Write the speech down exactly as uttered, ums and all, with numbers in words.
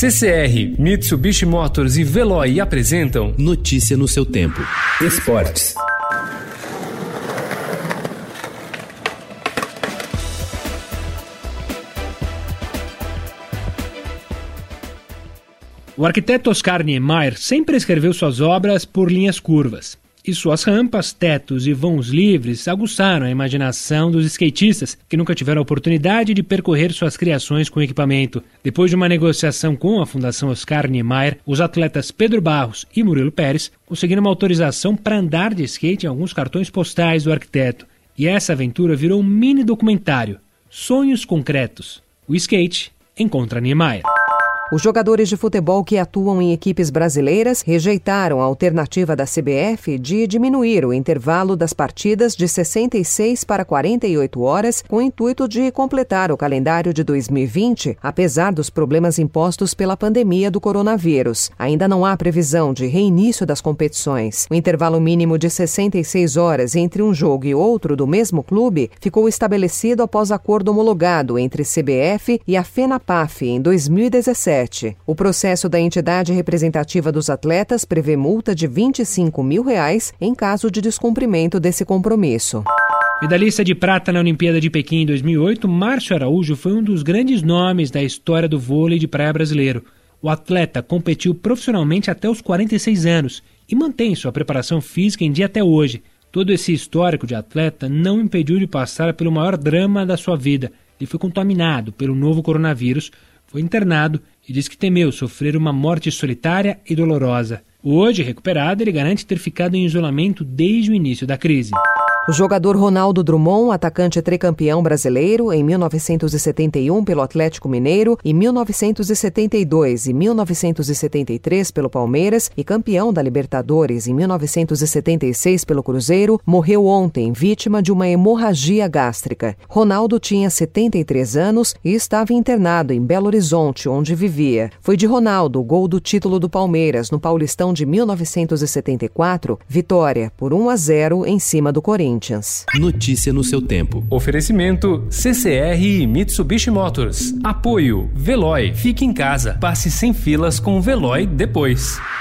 C C R, Mitsubishi Motors e Veloy apresentam Notícia no seu tempo. Esportes. O arquiteto Oscar Niemeyer sempre escreveu suas obras por linhas curvas. E suas rampas, tetos e vãos livres aguçaram a imaginação dos skatistas que nunca tiveram a oportunidade de percorrer suas criações com equipamento. Depois de uma negociação com a Fundação Oscar Niemeyer, os atletas Pedro Barros e Murilo Pérez conseguiram uma autorização para andar de skate em alguns cartões postais do arquiteto. E essa aventura virou um mini documentário, Sonhos Concretos. O skate encontra Niemeyer. Os jogadores de futebol que atuam em equipes brasileiras rejeitaram a alternativa da C B F de diminuir o intervalo das partidas de sessenta e seis para quarenta e oito horas, com o intuito de completar o calendário de dois mil e vinte, apesar dos problemas impostos pela pandemia do coronavírus. Ainda não há previsão de reinício das competições. O intervalo mínimo de sessenta e seis horas entre um jogo e outro do mesmo clube ficou estabelecido após acordo homologado entre C B F e a FENAPAF em dois mil e dezessete. O processo da entidade representativa dos atletas prevê multa de vinte e cinco mil reais em caso de descumprimento desse compromisso. Medalhista de prata na Olimpíada de Pequim em dois mil e oito, Márcio Araújo foi um dos grandes nomes da história do vôlei de praia brasileiro. O atleta competiu profissionalmente até os quarenta e seis anos e mantém sua preparação física em dia até hoje. Todo esse histórico de atleta não impediu de passar pelo maior drama da sua vida. Ele foi contaminado pelo novo coronavírus, foi internado e diz que temeu sofrer uma morte solitária e dolorosa. Hoje, recuperado, ele garante ter ficado em isolamento desde o início da crise. O jogador Ronaldo Drummond, atacante tricampeão brasileiro em mil novecentos e setenta e um pelo Atlético Mineiro, em mil novecentos e setenta e dois e mil novecentos e setenta e três pelo Palmeiras e campeão da Libertadores em mil novecentos e setenta e seis pelo Cruzeiro, morreu ontem vítima de uma hemorragia gástrica. Ronaldo tinha setenta e três anos e estava internado em Belo Horizonte, onde vivia. Foi de Ronaldo o gol do título do Palmeiras no Paulistão de mil novecentos e setenta e quatro, vitória por um a zero em cima do Corinthians. Notícia no seu tempo. Oferecimento C C R e Mitsubishi Motors. Apoio Veloy. Fique em casa. Passe sem filas com o Veloy depois.